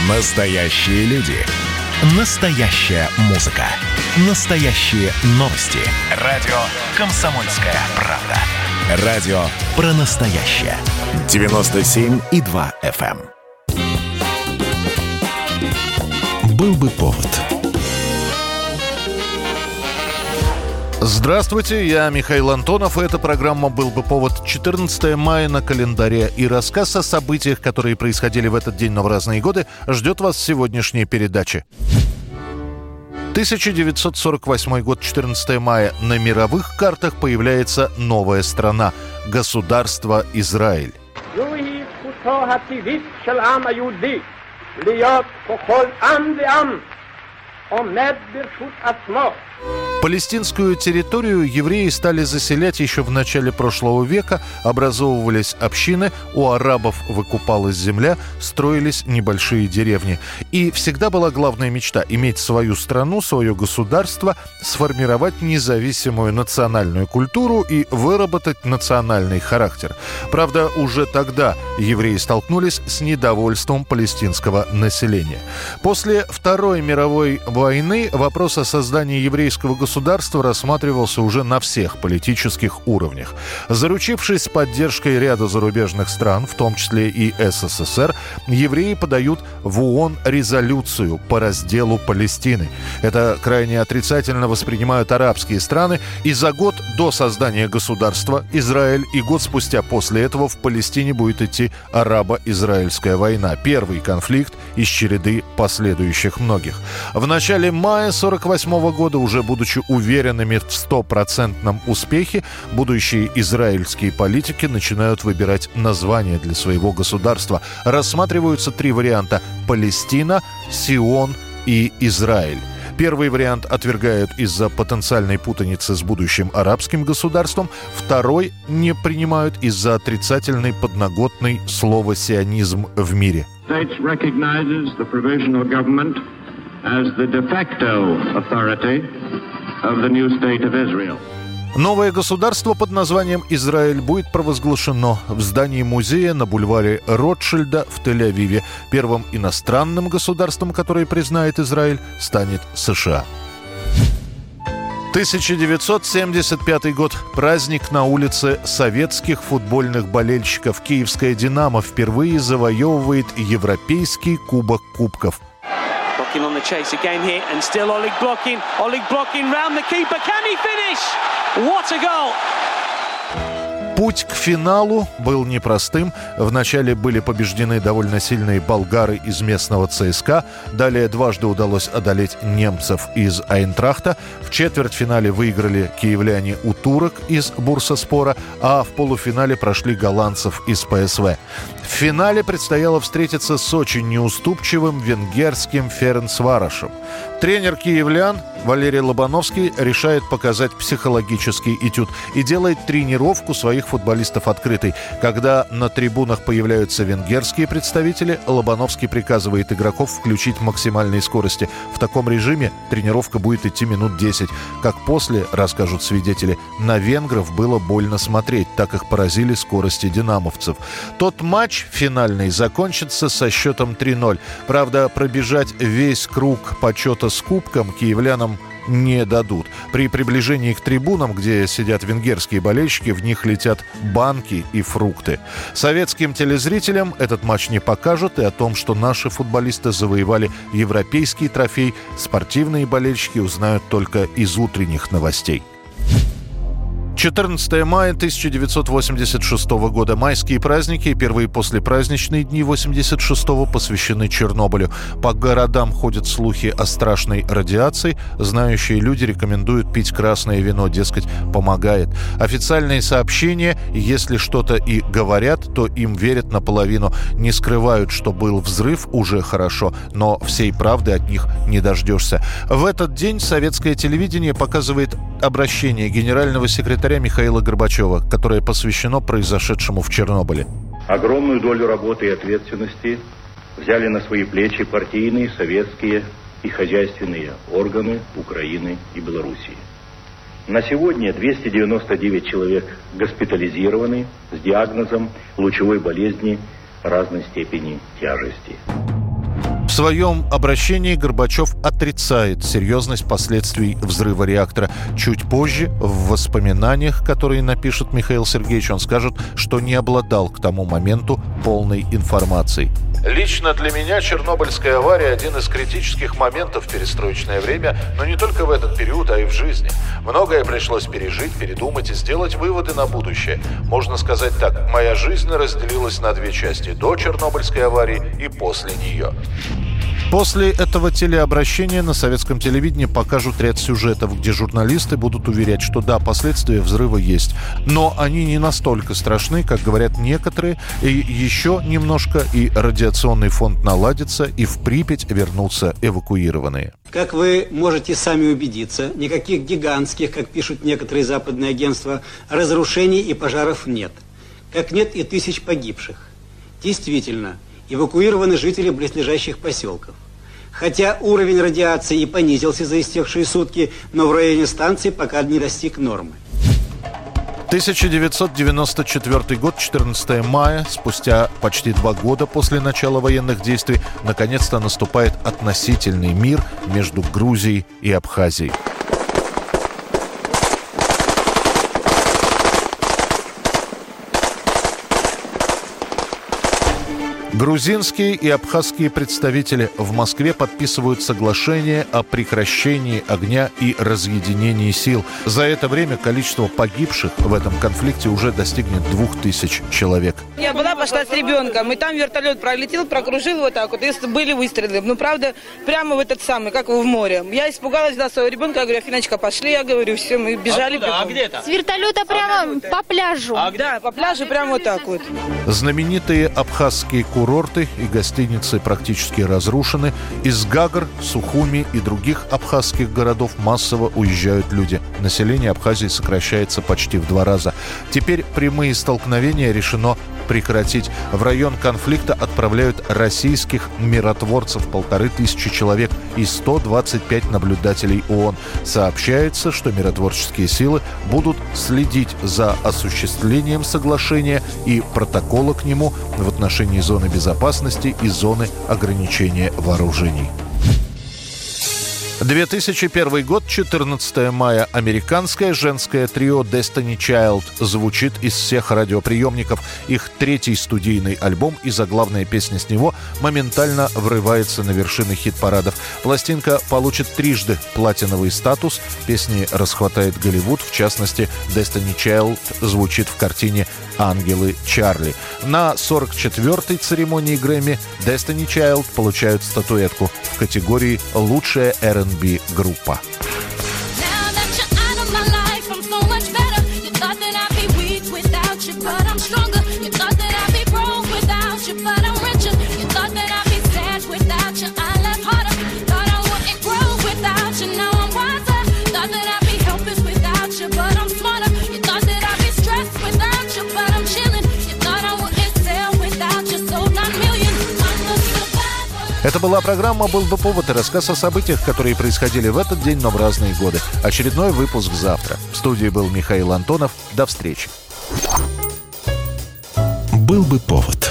Настоящие люди. Настоящая музыка. Настоящие новости. Радио «Комсомольская правда». Радио про настоящее. 97,2 FM. Был бы повод. Здравствуйте, я Михаил Антонов, и эта программа «Был бы повод». 14 мая на календаре, и рассказ о событиях, которые происходили в этот день, но в разные годы, ждет вас в сегодняшней передаче. 1948 год, 14 мая. На мировых картах появляется новая страна – государство Израиль. Палестинскую территорию евреи стали заселять еще в начале прошлого века, образовывались общины, у арабов выкупалась земля, строились небольшие деревни. И всегда была главная мечта – иметь свою страну, свое государство, сформировать независимую национальную культуру и выработать национальный характер. Правда, уже тогда евреи столкнулись с недовольством палестинского населения. После Второй мировой войны вопрос о создании еврейского государства рассматривался уже на всех политических уровнях. Заручившись поддержкой ряда зарубежных стран, в том числе и СССР, евреи подают в ООН резолюцию по разделу Палестины. Это крайне отрицательно воспринимают арабские страны, и за год до создания государства Израиль и год спустя после этого в Палестине будет идти арабо-израильская война. Первый конфликт из череды последующих многих. В начале мая 1948 года, уже будучи уверенными в 100% успехе, будущие израильские политики начинают выбирать название для своего государства. Рассматриваются три варианта – Палестина, Сион и Израиль. Первый вариант отвергают из-за потенциальной путаницы с будущим арабским государством. Второй не принимают из-за отрицательной подноготной слова «сионизм» в мире. Новое государство под названием Израиль будет провозглашено в здании музея на бульваре Ротшильда в Тель-Авиве. Первым иностранным государством, которое признает Израиль, станет США. 1975 год. Праздник на улице советских футбольных болельщиков. Киевская «Динамо» впервые завоевывает Европейский кубок кубков. On the chase again here, and still Oleg blocking round the keeper. Can he finish? What a goal! Путь к финалу был непростым. Вначале были побеждены довольно сильные болгары из местного ЦСКА. Далее дважды удалось одолеть немцев из Айнтрахта. В четвертьфинале выиграли киевляне у турок из Бурсаспора, а в полуфинале прошли голландцев из ПСВ. В финале предстояло встретиться с очень неуступчивым венгерским Ференцварошем. Тренер киевлян Валерий Лобановский решает показать психологический этюд и делает тренировку своих футболистов открытой. Когда на трибунах появляются венгерские представители, Лобановский приказывает игроков включить максимальные скорости. В таком режиме тренировка будет идти минут 10. Как после, расскажут свидетели, на венгров было больно смотреть, так их поразили скорости динамовцев. Тот матч финальный закончится со счетом 3-0. Правда, пробежать весь круг почета с кубком киевлянам не дадут. При приближении к трибунам, где сидят венгерские болельщики, в них летят банки и фрукты. Советским телезрителям этот матч не покажут, и о том, что наши футболисты завоевали европейский трофей, спортивные болельщики узнают только из утренних новостей. 14 мая 1986 года. Майские праздники и первые послепраздничные дни 86-го посвящены Чернобылю. По городам ходят слухи о страшной радиации. Знающие люди рекомендуют пить красное вино, дескать, помогает. Официальные сообщения, если что-то и говорят, то им верят наполовину. Не скрывают, что был взрыв, уже хорошо, но всей правды от них не дождешься. В этот день советское телевидение показывает обращение генерального секретаря Михаила Горбачева, которое посвящено произошедшему в Чернобыле. Огромную долю работы и ответственности взяли на свои плечи партийные, советские и хозяйственные органы Украины и Белоруссии. На сегодня 299 человек госпитализированы с диагнозом лучевой болезни разной степени тяжести. В своем обращении Горбачев отрицает серьезность последствий взрыва реактора. Чуть позже, в воспоминаниях, которые напишет Михаил Сергеевич, он скажет, что не обладал к тому моменту полной информацией. Лично для меня Чернобыльская авария – один из критических моментов в перестроечное время, но не только в этот период, а и в жизни. Многое пришлось пережить, передумать и сделать выводы на будущее. Можно сказать так, моя жизнь разделилась на две части – до Чернобыльской аварии и после нее. После этого телеобращения на советском телевидении покажут ряд сюжетов, где журналисты будут уверять, что да, последствия взрыва есть. Но они не настолько страшны, как говорят некоторые, и еще немножко и радиационный фонд наладится, и в Припять вернутся эвакуированные. Как вы можете сами убедиться, никаких гигантских, как пишут некоторые западные агентства, разрушений и пожаров нет. Как нет и тысяч погибших. Действительно, эвакуированы жители близлежащих поселков. Хотя уровень радиации и понизился за истекшие сутки, но в районе станции пока не достиг нормы. 1994 год, 14 мая, спустя почти 2 года после начала военных действий, наконец-то наступает относительный мир между Грузией и Абхазией. Грузинские и абхазские представители в Москве подписывают соглашение о прекращении огня и разъединении сил. За это время количество погибших в этом конфликте уже достигнет 2000 человек. Я пошла с ребенком, и там вертолет пролетел, прокружил вот так вот, и были выстрелы. Ну, правда, прямо в этот самый, как в море. Я испугалась за своего ребенка, я говорю: Афиночка, пошли, я говорю, все, мы бежали. А где-то? С вертолета прямо по пляжу. Да, по пляжу прямо вот так вот. Знаменитые абхазские курорты и гостиницы практически разрушены. Из Гагр, Сухуми и других абхазских городов массово уезжают люди. Население Абхазии сокращается почти в 2 раза. Теперь прямые столкновения решено прекратить. В район конфликта отправляют российских миротворцев 1500 человек и 125 наблюдателей ООН. Сообщается, что миротворческие силы будут следить за осуществлением соглашения и протокола к нему в отношении зоны безопасности и зоны ограничения вооружений. 2001 год, 14 мая. Американское женское трио Destiny Child звучит из всех радиоприемников. Их 3-й студийный альбом и заглавная песня с него моментально врывается на вершины хит-парадов. Пластинка получит 3-жды платиновый статус. Песни расхватает Голливуд. В частности, Destiny Child звучит в картине «Ангелы Чарли». На 44-й церемонии Грэмми Destiny Child получают статуэтку в категории «Лучшая R&B-группа». Это была программа «Был бы повод» и рассказ о событиях, которые происходили в этот день, но в разные годы. Очередной выпуск завтра. В студии был Михаил Антонов. До встречи. «Был бы повод».